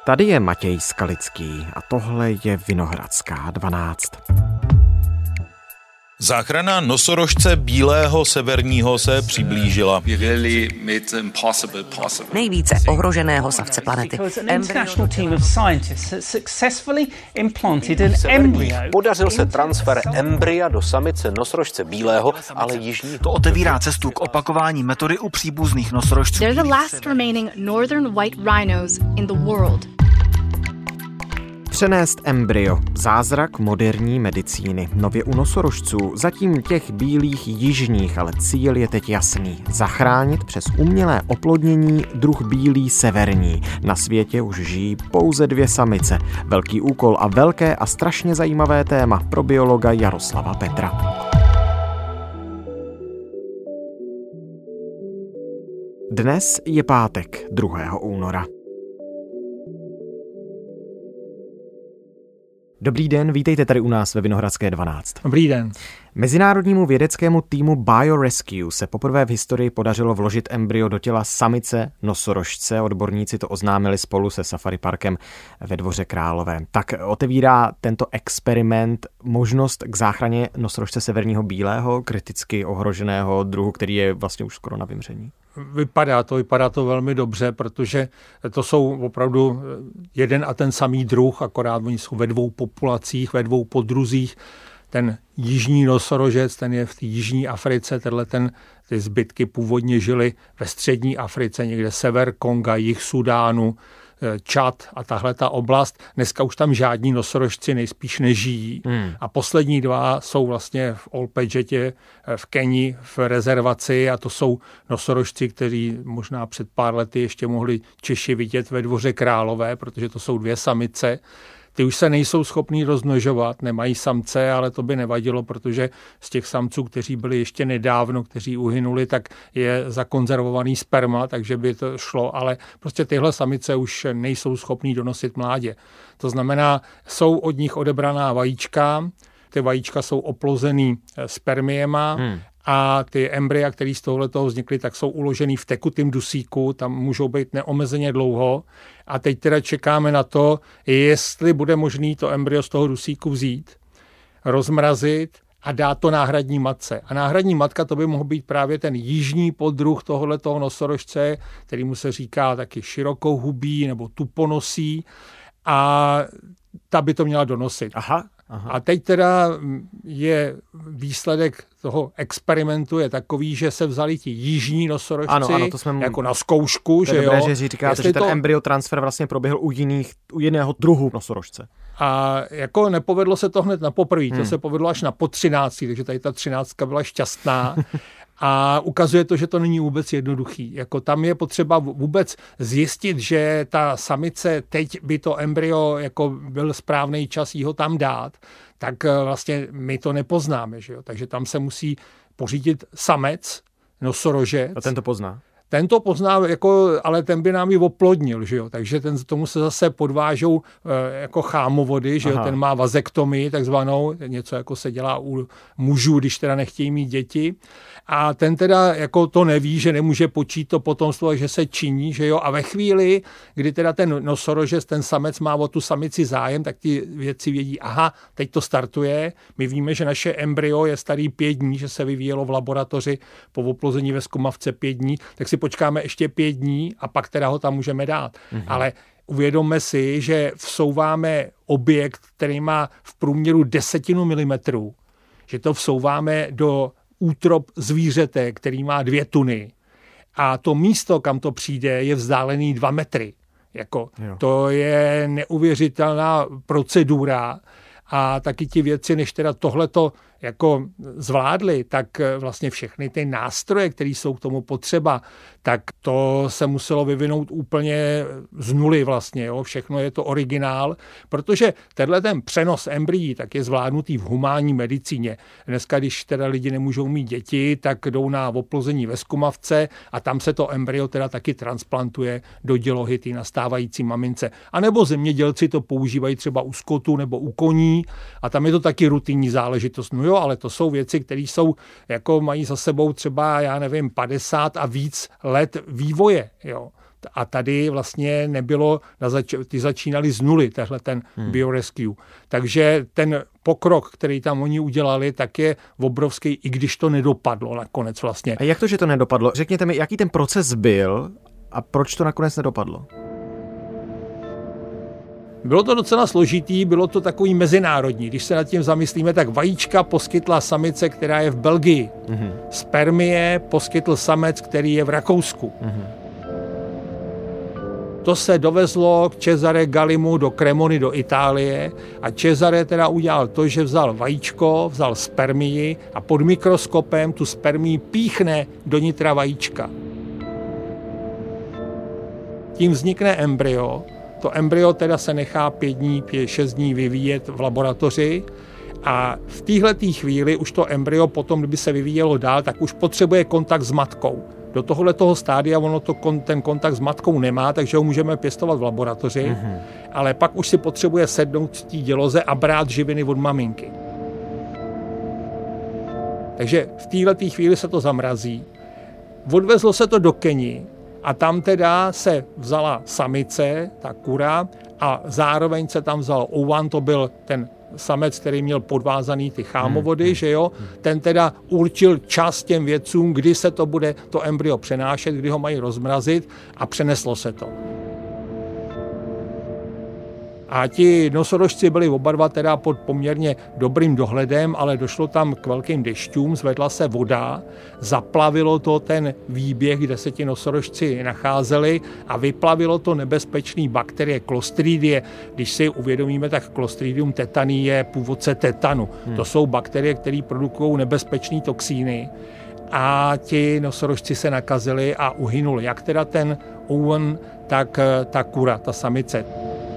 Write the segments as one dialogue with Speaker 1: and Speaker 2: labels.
Speaker 1: Tady je Matěj Skalický a tohle je Vinohradská 12.
Speaker 2: Záchrana nosorožce bílého severního se přiblížila.
Speaker 3: Nejvíce ohroženého savce planety.
Speaker 4: Podařil se transfer embrya do samice nosorožce bílého, ale jižní.
Speaker 5: To otevírá cestu k opakování metody u příbuzných nosorožců.
Speaker 6: They're the last remaining northern white rhinos in the world.
Speaker 1: Přenést embryo. Zázrak moderní medicíny. Nově u nosorožců, zatím těch bílých jižních, ale cíl je teď jasný. Zachránit přes umělé oplodnění druh bílý severní. Na světě už žijí pouze 2 samice. Velký úkol a velké a strašně zajímavé téma pro biologa Jaroslava Petra. Dnes je pátek, 2. února. Dobrý den, vítejte tady u nás ve Vinohradské 12.
Speaker 7: Dobrý den.
Speaker 1: Mezinárodnímu vědeckému týmu BioRescue se poprvé v historii podařilo vložit embryo do těla samice nosorožce. Odborníci to oznámili spolu se Safari parkem ve Dvoře Králové. Tak otevírá tento experiment možnost k záchraně nosorožce severního bílého, kriticky ohroženého druhu, který je vlastně už skoro na vymření?
Speaker 7: Vypadá to velmi dobře, protože to jsou opravdu jeden a ten samý druh, akorát oni jsou ve 2 populacích, ve 2 podruzích. Ten jižní nosorožec, ten je v té jižní Africe, ty zbytky původně žily ve střední Africe, někde sever Konga, jih Sudánu, Čad a tahle ta oblast. Dneska už tam žádní nosorožci nejspíš nežijí. A poslední 2 jsou vlastně v Olpedžetě, v Keni, v rezervaci a to jsou nosorožci, kteří možná před pár lety ještě mohli Češi vidět ve Dvoře Králové, protože to jsou 2 samice. Ty už se nejsou schopní rozmnožovat, nemají samce, ale to by nevadilo, protože z těch samců, kteří byli ještě nedávno, kteří uhynuli, tak je zakonzervovaný sperma, takže by to šlo, ale prostě tyhle samice už nejsou schopní donosit mládě. To znamená, jsou od nich odebraná vajíčka, ty vajíčka jsou oplozený spermiema a ty embrya, které z tohoto vznikly, tak jsou uložený v tekutém dusíku, tam můžou být neomezeně dlouho. A teď teda čekáme na to, jestli bude možný to embryo z toho dusíku vzít, rozmrazit a dát to náhradní matce. A náhradní matka to by mohl být právě ten jižní podruh tohoto nosorožce, kterýmu se říká taky širokouhubý nebo tuponosý, a ta by to měla donosit. Aha. A teď teda je výsledek toho experimentu je takový, že se vzali ti jižní nosorožci
Speaker 1: ano, to jsme
Speaker 7: jako na zkoušku.
Speaker 1: To je dobré, že říkáte, že ten embryotransfer vlastně proběhl u jiného druhu nosorožce.
Speaker 7: A jako nepovedlo se to hned na poprvé, to se povedlo až na po 13, takže tady ta 13 byla šťastná. A ukazuje to, že to není vůbec jednoduchý. Jako tam je potřeba vůbec zjistit, že ta samice teď by to embryo, jako byl správný čas jí ho tam dát, tak vlastně my to nepoznáme. Že jo? Takže tam se musí pořídit samec, nosorožec.
Speaker 1: A ten to pozná?
Speaker 7: Ten to pozná, ale ten by nám ji oplodnil, že jo? Takže tomu se zase podvážou jako chámovody, že jo? Ten má vazektomii takzvanou, něco jako se dělá u mužů, když teda nechtějí mít děti. A ten teda jako to neví, že nemůže počít to potomstvo, že se činí, že jo? A ve chvíli, kdy teda ten nosorožec, ten samec má o tu samici zájem, tak ty vědci vědí, teď to startuje. My víme, že naše embryo je starý 5 dní, že se vyvíjelo v laboratoři po oplození ve zkumavce 5 dní, tak si počkáme ještě 5 dní a pak teda ho tam můžeme dát. Ale uvědomme si, že vsouváme objekt, který má v průměru 10 milimetrů, že to vsouváme do útrop zvířete, který má 2 tuny. A to místo, kam to přijde, je vzdálený 2 metry. To je neuvěřitelná procedura. A taky ti vědci, než teda tohleto jako zvládli, tak vlastně všechny ty nástroje, které jsou k tomu potřeba, tak to se muselo vyvinout úplně z nuly vlastně. Jo? Všechno je to originál, protože tenhle ten přenos embryí tak je zvládnutý v humánní medicíně. Dneska, když teda lidi nemůžou mít děti, tak jdou na oplození ve zkumavce a tam se to embryo teda taky transplantuje do dělohy té nastávající mamince. A nebo zemědělci to používají třeba u skotu nebo u koní a tam je to taky rutinní záležitost. No jo, ale to jsou věci, které jsou, jako mají za sebou třeba, 50 a víc let vývoje, jo. A tady vlastně nebylo, ty začínali z nuly, tahle ten BioRescue. Takže ten pokrok, který tam oni udělali, tak je obrovský, i když to nedopadlo nakonec vlastně.
Speaker 1: A jak to, že to nedopadlo? Řekněte mi, jaký ten proces byl a proč to nakonec nedopadlo?
Speaker 7: Bylo to docela složitý, bylo to takový mezinárodní. Když se nad tím zamyslíme, tak vajíčka poskytla samice, která je v Belgii. Spermie poskytl samec, který je v Rakousku. To se dovezlo k Cesare Gallimu do Cremony do Itálie a Cesare teda udělal to, že vzal vajíčko, vzal spermii a pod mikroskopem tu spermii píchne do nitra vajíčka. Tím vznikne embryo. To embryo teda se nechá 5-6 dní vyvíjet v laboratoři a v téhleté chvíli už to embryo potom, kdyby se vyvíjelo dál, tak už potřebuje kontakt s matkou. Do tohoto stádia ono ten kontakt s matkou nemá, takže ho můžeme pěstovat v laboratoři, ale pak už si potřebuje sednout v té děloze a brát živiny od maminky. Takže v téhleté chvíli se to zamrazí. Odvezlo se to do Keni, a tam teda se vzala samice, ta kura, a zároveň se tam vzal ouan, to byl ten samec, který měl podvázaný ty chámovody, že jo. Ten teda určil čas těm vědcům, kdy se to bude to embryo přenášet, kdy ho mají rozmrazit a přeneslo se to. A ti nosorožci byli oba dva teda pod poměrně dobrým dohledem, ale došlo tam k velkým dešťům, zvedla se voda, zaplavilo to ten výběh, kde se ti nosorožci nacházeli a vyplavilo to nebezpečný bakterie Clostridie. Když si uvědomíme, tak Clostridium tetani je původce tetanu. To jsou bakterie, které produkují nebezpečné toxíny. A ti nosorožci se nakazili a uhynuli. Jak teda ten ouan, tak ta kura, ta samice.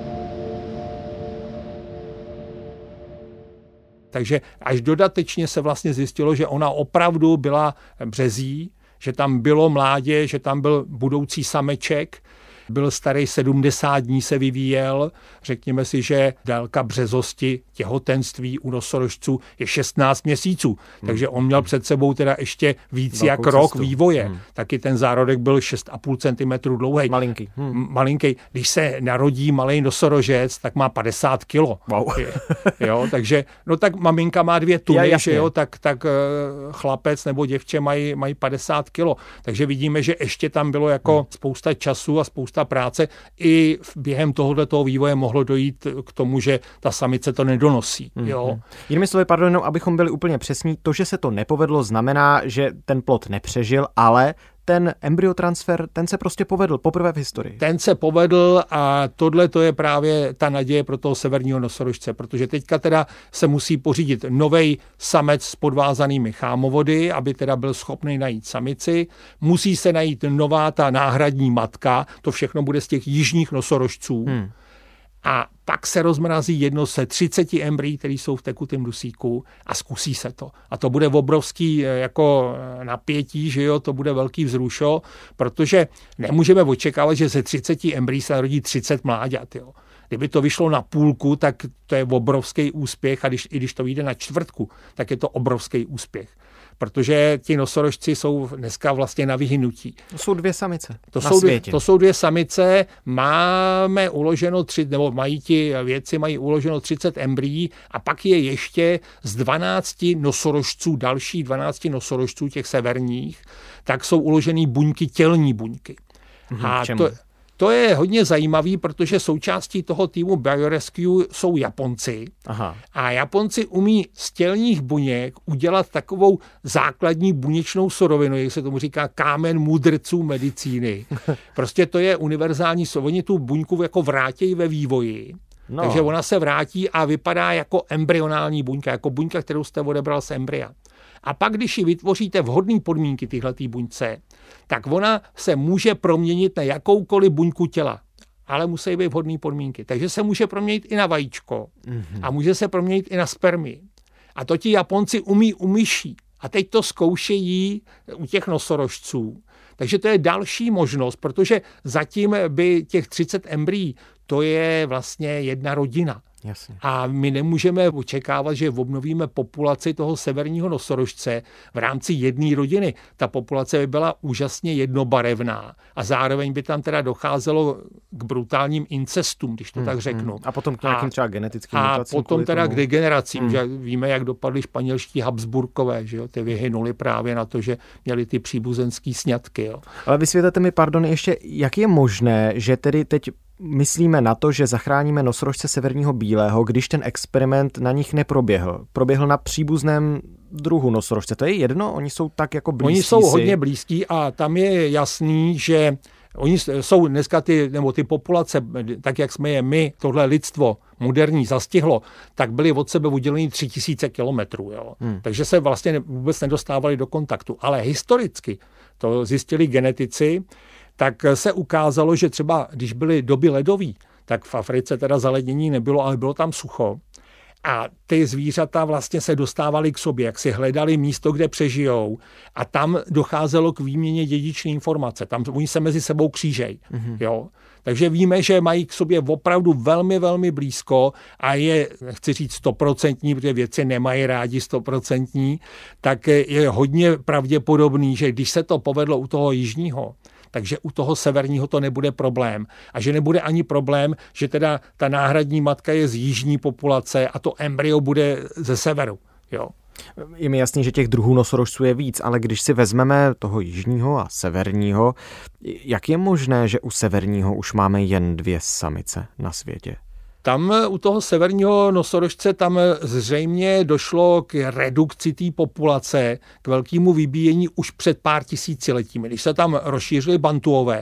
Speaker 7: Takže až dodatečně se vlastně zjistilo, že ona opravdu byla březí, že tam bylo mládě, že tam byl budoucí sameček, byl starý 70 dní, se vyvíjel. Řekněme si, že délka březosti těhotenství u nosorožců je 16 měsíců. Takže on měl před sebou teda ještě víc jak rok vývoje. Taky ten zárodek byl 6,5 cm dlouhý.
Speaker 1: Malinký.
Speaker 7: Malinký. Když se narodí malý nosorožec, tak má 50 kilo.
Speaker 1: Wow.
Speaker 7: Jo, takže, no tak maminka má 2 tuny, že jo, tak chlapec nebo děvče mají 50 kilo. Takže vidíme, že ještě tam bylo jako spousta času a spousta práce. I během tohoto vývoje mohlo dojít k tomu, že ta samice to nedonosí. Jo.
Speaker 1: Jinými slovy, pardon, abychom byli úplně přesní, to, že se to nepovedlo, znamená, že ten plod nepřežil, ale ten embryotransfer, ten se prostě povedl poprvé v historii. Ten
Speaker 7: se povedl a tohle to je právě ta naděje pro toho severního nosorožce, protože teďka teda se musí pořídit novej samec s podvázanými chámovody, aby teda byl schopný najít samici. Musí se najít nová ta náhradní matka, to všechno bude z těch jižních nosorožců. A pak se rozmrazí jedno se 30 embryí, které jsou v tekutém dusíku a zkusí se to. A to bude obrovský jako napětí, že jo, to bude velký vzrušo, protože nemůžeme očekávat, že ze 30 embryí se narodí 30 mláďat, jo. Kdyby to vyšlo na půlku, tak to je obrovský úspěch a i když to vyjde na čtvrtku, tak je to obrovský úspěch. Protože ti nosorožci jsou dneska vlastně na vyhynutí.
Speaker 1: To jsou 2 samice
Speaker 7: To jsou 2 samice. Máme uloženo mají ti vědci mají uloženo 30 embryí a pak je ještě z 12 nosorožců, další 12 nosorožců těch severních, tak jsou uložený buňky, tělní buňky. A to je hodně zajímavý, protože součástí toho týmu BioRescue jsou Japonci. A Japonci umí z tělních buněk udělat takovou základní buněčnou surovinu, jak se tomu říká kámen mudrců medicíny. Prostě to je univerzální, oni tu buňku jako vrátí ve vývoji. No. Takže ona se vrátí a vypadá jako embryonální buňka, jako buňka, kterou jste odebral z embrya. A pak, když ji vytvoříte vhodné podmínky tyhletý buňce, tak ona se může proměnit na jakoukoliv buňku těla. Ale musí být vhodné podmínky. Takže se může proměnit i na vajíčko. A může se proměnit i na spermii. A to ti Japonci umí u myší. A teď to zkoušejí u těch nosorožců. Takže to je další možnost, protože zatím by těch 30 embryí, to je vlastně jedna rodina.
Speaker 1: Jasně.
Speaker 7: A my nemůžeme očekávat, že obnovíme populaci toho severního nosorožce v rámci jedné rodiny. Ta populace by byla úžasně jednobarevná a zároveň by tam teda docházelo k brutálním incestům, když to tak řeknu.
Speaker 1: A potom k nějakým třeba genetickým mutacím.
Speaker 7: A potom teda k degeneracím, že víme, jak dopadli španělští Habsburkové, že jo, ty vyhynuli právě na to, že měli ty příbuzenský sňatky. Jo.
Speaker 1: Ale vysvětlete mi, pardon, ještě, jak je možné, že tedy teď myslíme na to, že zachráníme nosorožce severního bílého, když ten experiment na nich neproběhl. Proběhl na příbuzném druhu nosorožce. To je jedno? Oni jsou tak jako blízcí.
Speaker 7: Oni jsou hodně blízkí a tam je jasný, že oni jsou dneska ty populace, tak jak jsme je my, tohle lidstvo moderní zastihlo, tak byly od sebe uděleny 3000 kilometrů. Takže se vlastně vůbec nedostávali do kontaktu. Ale historicky, to zjistili genetici, tak se ukázalo, že třeba když byly doby ledové, tak v Africe teda zalednění nebylo, ale bylo tam sucho. A ty zvířata vlastně se dostávaly k sobě, jak si hledali místo, kde přežijou a tam docházelo k výměně dědičné informace. Tam oni se mezi sebou křížejí. Jo? Takže víme, že mají k sobě opravdu velmi, velmi blízko a je, nechci říct 100%, protože věci nemají rádi 100%, tak je hodně pravděpodobný, že když se to povedlo u toho jižního, takže u toho severního to nebude problém. A že nebude ani problém, že teda ta náhradní matka je z jižní populace a to embryo bude ze severu. Jo.
Speaker 1: Je mi jasný, že těch druhů nosorožců je víc, ale když si vezmeme toho jižního a severního, jak je možné, že u severního už máme jen 2 samice na světě?
Speaker 7: Tam u toho severního nosorožce tam zřejmě došlo k redukci té populace, k velkému vybíjení už před pár tisíciletími. Když se tam rozšířili bantuové,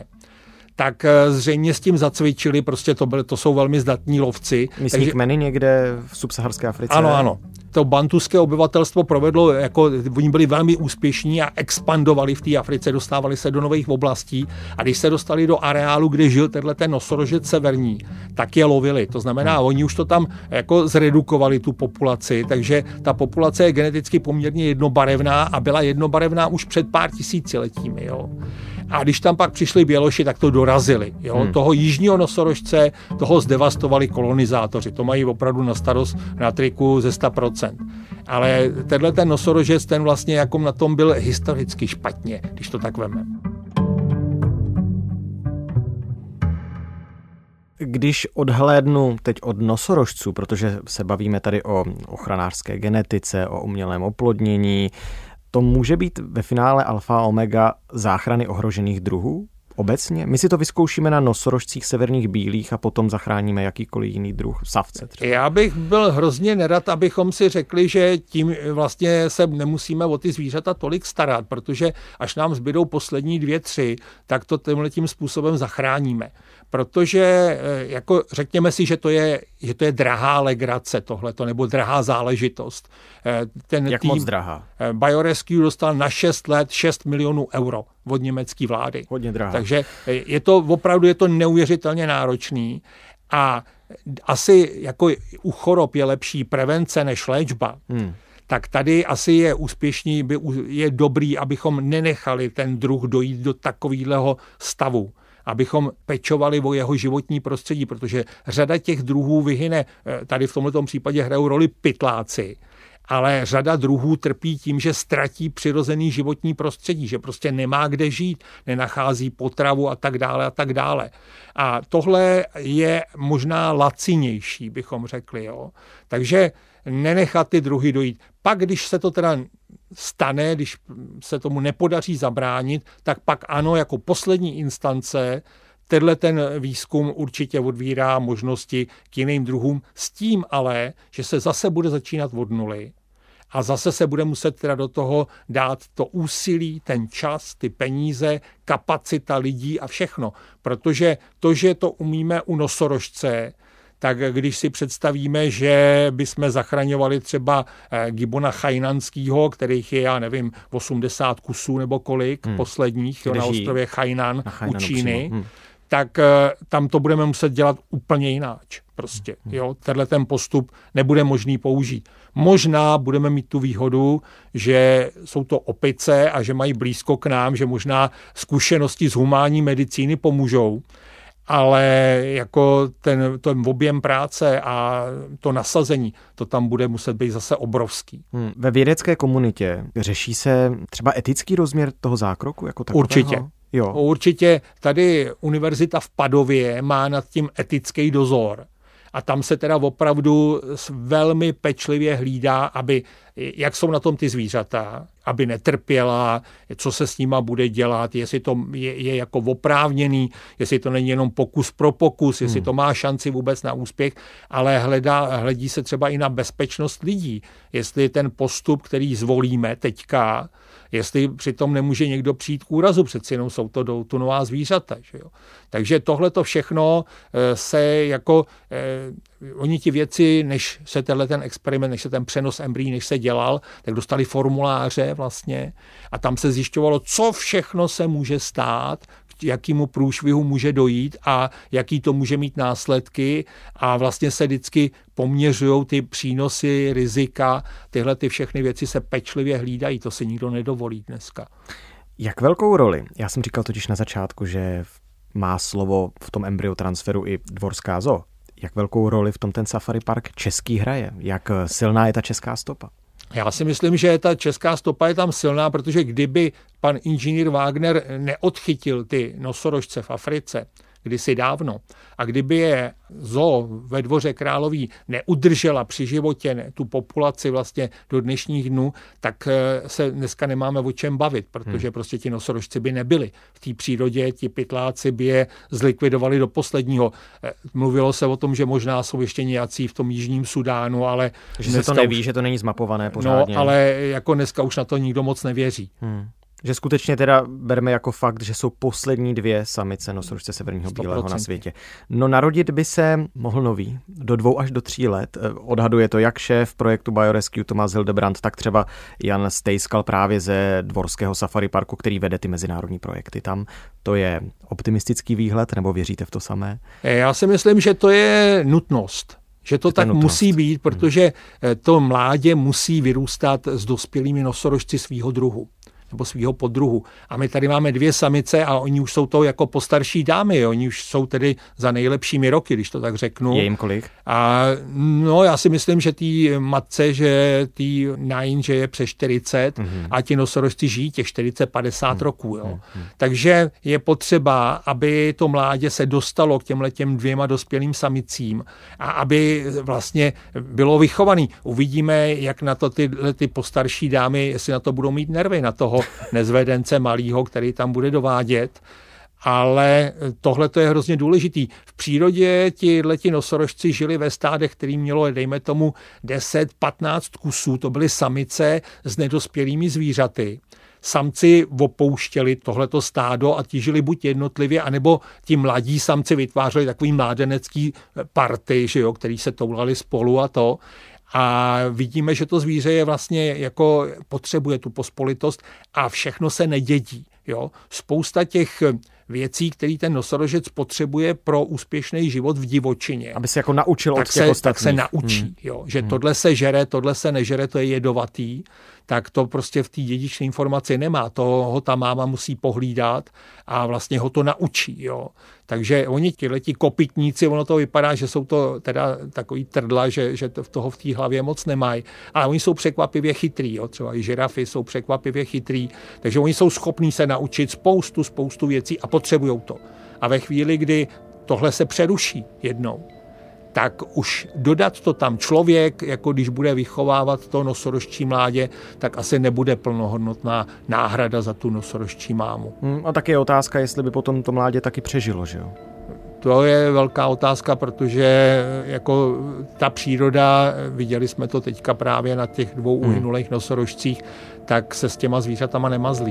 Speaker 7: tak zřejmě s tím zacvičili, prostě to jsou velmi zdatní lovci.
Speaker 1: Místní kmeny někde v subsaharské Africe?
Speaker 7: Ano. To bantuské obyvatelstvo provedlo, oni byli velmi úspěšní a expandovali v té Africe, dostávali se do nových oblastí a když se dostali do areálu, kde žil ten nosorožec severní, tak je lovili. To znamená, oni už to tam zredukovali tu populaci, takže ta populace je geneticky poměrně jednobarevná a byla jednobarevná už před pár tisíciletími. Jo. A když tam pak přišli Běloši, tak to dorazili. Jo? Toho jižního nosorožce, toho zdevastovali kolonizátoři. To mají opravdu na starost na triku ze 100%. Ale ten nosorožec, ten vlastně jako na tom byl historicky špatně, když to tak veme.
Speaker 1: Když odhlédnu teď od nosorožců, protože se bavíme tady o ochranářské genetice, o umělém oplodnění, to může být ve finále alfa a omega záchrany ohrožených druhů? Obecně? My si to vyzkoušíme na nosorožcích severních bílých a potom zachráníme jakýkoliv jiný druh, savce třeba.
Speaker 7: Já bych byl hrozně nerad, abychom si řekli, že tím vlastně se nemusíme o ty zvířata tolik starat, protože až nám zbydou poslední 2, 3, tak to tímhletím způsobem zachráníme. Protože jako řekněme si, že to je drahá legrace tohleto, nebo drahá záležitost.
Speaker 1: Jak moc drahá?
Speaker 7: BioRescue dostal na 6 let 6 milionů euro od německé vlády.
Speaker 1: Hodně drahá.
Speaker 7: Takže je to neuvěřitelně náročný a asi jako u chorob je lepší prevence než léčba. Tak tady asi je úspěšný, je dobrý, abychom nenechali ten druh dojít do takového stavu, abychom pečovali o jeho životní prostředí, protože řada těch druhů vyhyne, tady v tomto případě hrajou roli pytláci, ale řada druhů trpí tím, že ztratí přirozený životní prostředí, že prostě nemá kde žít, nenachází potravu a tak dále a tak dále. A tohle je možná lacinější, bychom řekli. Jo? Takže nenechat ty druhy dojít. Pak, když se to teda stane, když se tomu nepodaří zabránit, tak pak ano, jako poslední instance ten výzkum určitě otvírá možnosti k jiným druhům, s tím ale, že se zase bude začínat od nuly a zase se bude muset teda do toho dát to úsilí, ten čas, ty peníze, kapacita lidí a všechno. Protože to, že to umíme u nosorožce, tak když si představíme, že bychom zachraňovali třeba gibona chainanského, kterých je, 80 kusů nebo kolik posledních na ostrově Hainan u Číny, tak tam to budeme muset dělat úplně jináč. Prostě, jo, ten postup nebude možný použít. Možná budeme mít tu výhodu, že jsou to opice a že mají blízko k nám, že možná zkušenosti z humánní medicíny pomůžou, ale jako ten objem práce a to nasazení, to tam bude muset být zase obrovský.
Speaker 1: Ve vědecké komunitě řeší se třeba etický rozměr toho zákroku jako takového?
Speaker 7: Určitě.
Speaker 1: Jo.
Speaker 7: Určitě tady univerzita v Padově má nad tím etický dozor. A tam se teda opravdu velmi pečlivě hlídá, aby, jak jsou na tom ty zvířata, aby netrpěla, co se s nima bude dělat, jestli to je jako oprávněný, jestli to není jenom pokus pro pokus, jestli to má šanci vůbec na úspěch, ale hledí se třeba i na bezpečnost lidí. Jestli ten postup, který zvolíme teďka, jestli přitom nemůže někdo přijít k úrazu, přeci jenom jsou to doutunová zvířata. Že jo? Takže tohle to všechno se jako, oni ti věci, než se ten experiment, než se ten přenos embryí, než se dělal, tak dostali formuláře vlastně a tam se zjišťovalo, co všechno se může stát, k jakému průšvihu může dojít a jaký to může mít následky a vlastně se vždycky poměřují ty přínosy, rizika, tyhle ty všechny věci se pečlivě hlídají, to si nikdo nedovolí dneska.
Speaker 1: Jak velkou roli, já jsem říkal totiž na začátku, že má slovo v tom embryotransferu i Dvorská zoo, jak velkou roli v tom ten safari park český hraje? Jak silná je ta česká stopa?
Speaker 7: Já si myslím, že ta česká stopa je tam silná, protože kdyby pan inženýr Wagner neodchytil ty nosorožce v Africe kdysi dávno a kdyby je zoo ve Dvoře Králový neudržela při životě tu populaci vlastně do dnešních dnů, tak se dneska nemáme o čem bavit, protože prostě ti nosorožci by nebyli. V té přírodě ti pytláci by je zlikvidovali do posledního. Mluvilo se o tom, že možná jsou ještě nějací v tom Jižním Sudánu, ale
Speaker 1: že se to neví, že to není zmapované pořádně.
Speaker 7: No, ale jako dneska už na to nikdo moc nevěří.
Speaker 1: Že skutečně teda bereme jako fakt, že jsou poslední 2 samice nosorožce severního bílého na světě. No narodit by se mohl nový do 2 až do 3 let. Odhaduje to jak šéf projektu BioRescue Thomas Hildebrand, tak třeba Jan Stejskal právě ze Dvorského safari parku, který vede ty mezinárodní projekty tam. To je optimistický výhled, nebo věříte v to samé? Já
Speaker 7: si myslím, že to je nutnost. Že to tak musí být, protože to mládě musí vyrůstat s dospělými nosorožci svýho druhu nebo svýho poddruhu. A my tady máme 2 samice a oni už jsou to jako postarší dámy. Oni už jsou tedy za nejlepšími roky, když to tak řeknu.
Speaker 1: Je jim kolik?
Speaker 7: A no, já si myslím, že tý matce, že tý Nine, že je přes 40 a ti nosorožci žijí těch 40-50 roků. Jo. Takže je potřeba, aby to mládě se dostalo k těmhletěm 2 dospělým samicím a aby vlastně bylo vychovaný. Uvidíme, jak na to ty postarší dámy, jestli na to budou mít nervy, na toho nezvedence malýho, který tam bude dovádět. Ale tohle to je hrozně důležitý. V přírodě ti nosorožci žili ve stádech, který mělo, dejme tomu, 10-15 kusů. To byly samice s nedospělými zvířaty. Samci opouštěli tohleto stádo a ti žili buď jednotlivě, anebo ti mladí samci vytvářeli takový mládenecký party, že jo, který se toulali spolu a to. A vidíme, že to zvíře je vlastně jako potřebuje tu pospolitost a všechno se nedědí. Jo? Spousta těch věcí, které ten nosorožec potřebuje pro úspěšný život v divočině.
Speaker 1: Aby se jako naučil od těch ostatních.
Speaker 7: Tak se naučí, jo? Že tohle se žere, tohle se nežere, to je jedovatý, tak to prostě v té dědičné informaci nemá. To ho ta máma musí pohlídat a vlastně ho to naučí. Jo? Takže oni tihleti kopytníci, ono to vypadá, že jsou to teda takový trdla, že toho v té hlavě moc nemají. Ale oni jsou překvapivě chytrý. Jo? Třeba i žirafy jsou překvapivě chytrý. Takže oni jsou schopní se naučit spoustu věcí a potřebují to. A ve chvíli, kdy tohle se přeruší jednou, tak už dodat to tam člověk, jako když bude vychovávat to nosorožčí mládě, tak asi nebude plnohodnotná náhrada za tu nosorožčí mámu.
Speaker 1: A taky je otázka, jestli by potom to mládě taky přežilo, že jo?
Speaker 7: To je velká otázka, protože jako ta příroda, viděli jsme to teďka právě na těch 2 uhynulých nosorožcích, tak se s těma zvířatama nemazlí.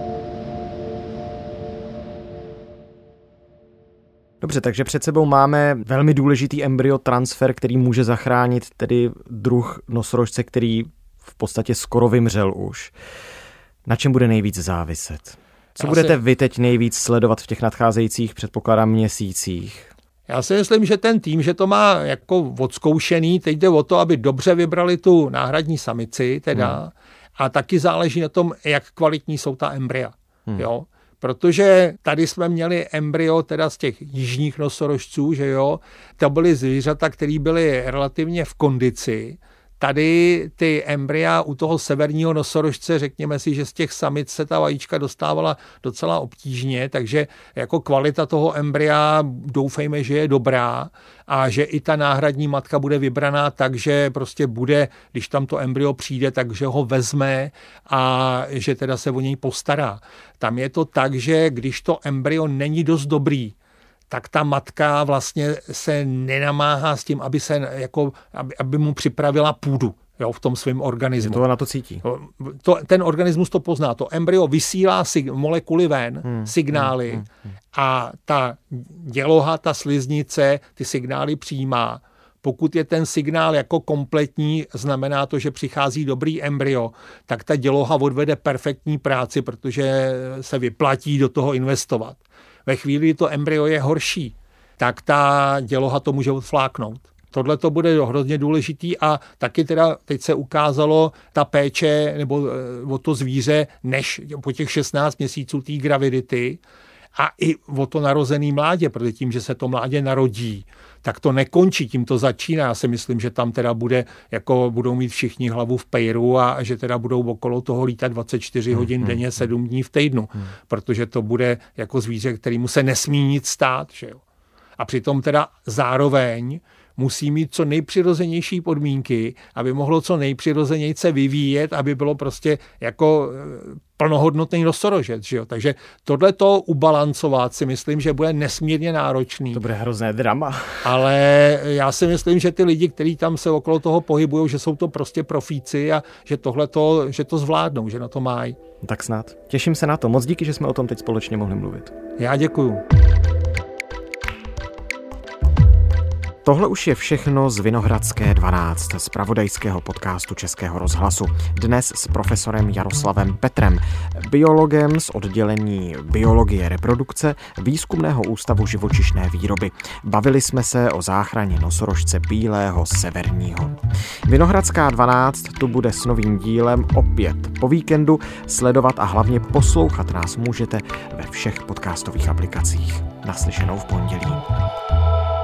Speaker 1: Dobře, takže před sebou máme velmi důležitý embryotransfer, který může zachránit tedy druh nosorožce, který v podstatě skoro vymřel už. Na čem bude nejvíc záviset? Co budete vy teď nejvíc sledovat v těch nadcházejících, předpokládám, měsících?
Speaker 7: Já si myslím, že ten tým, že to má jako odzkoušený, teď jde o to, aby dobře vybrali tu náhradní samici teda a taky záleží na tom, jak kvalitní jsou ta embrya. Jo? Protože tady jsme měli embryo teda z těch jižních nosorožců, že jo, to byly zvířata, které byly relativně v kondici. Tady ty embrya u toho severního nosorožce, řekněme si, že z těch samic se ta vajíčka dostávala docela obtížně, takže jako kvalita toho embrya doufejme, že je dobrá a že i ta náhradní matka bude vybraná tak, že prostě bude, když tam to embryo přijde, takže ho vezme a že teda se o něj postará. Tam je to tak, že když to embryo není dost dobrý, tak ta matka vlastně se nenamáhá s tím, aby mu připravila půdu, jo, v tom svém organismu.
Speaker 1: To na to cítí.
Speaker 7: Ten organismus to pozná. To embryo vysílá molekuly ven, signály a ta děloha, ta sliznice ty signály přijímá. Pokud je ten signál jako kompletní, znamená to, že přichází dobrý embryo, tak ta děloha odvede perfektní práci, protože se vyplatí do toho investovat. Ve chvíli, kdy to embryo je horší, tak ta děloha to může odfláknout. Tohle to bude hrozně důležitý a taky teda teď se ukázalo ta péče nebo o to zvíře než po těch 16 měsíců té gravidity a i o to narozený mládě, protože tím, že se to mládě narodí, tak to nekončí, tím to začíná. Já si myslím, že tam teda budou mít všichni hlavu v pejru a že teda budou okolo toho lítat 24 hodin denně, 7 dní v týdnu, protože to bude jako zvíře, kterému se nesmí nic stát. Že jo? A přitom teda zároveň musí mít co nejpřirozenější podmínky, aby mohlo co nejpřirozeněji se vyvíjet, aby bylo prostě jako plnohodnotný nosorožec. Že jo? Takže tohleto ubalancovat si myslím, že bude nesmírně náročný.
Speaker 1: To bude hrozné drama.
Speaker 7: Ale já si myslím, že ty lidi, kteří tam se okolo toho pohybují, že jsou to prostě profíci a že tohleto, že to zvládnou, že na to mají.
Speaker 1: Tak snad. Těším se na to. Moc díky, že jsme o tom teď společně mohli mluvit.
Speaker 7: Já děkuju.
Speaker 1: Tohle už je všechno z Vinohradské 12, z zpravodajského podcastu Českého rozhlasu. Dnes s profesorem Jaroslavem Petrem, biologem z oddělení biologie reprodukce Výzkumného ústavu živočišné výroby. Bavili jsme se o záchraně nosorožce bílého severního. Vinohradská 12 tu bude s novým dílem opět po víkendu. Sledovat a hlavně poslouchat nás můžete ve všech podcastových aplikacích. Naslyšenou v pondělí.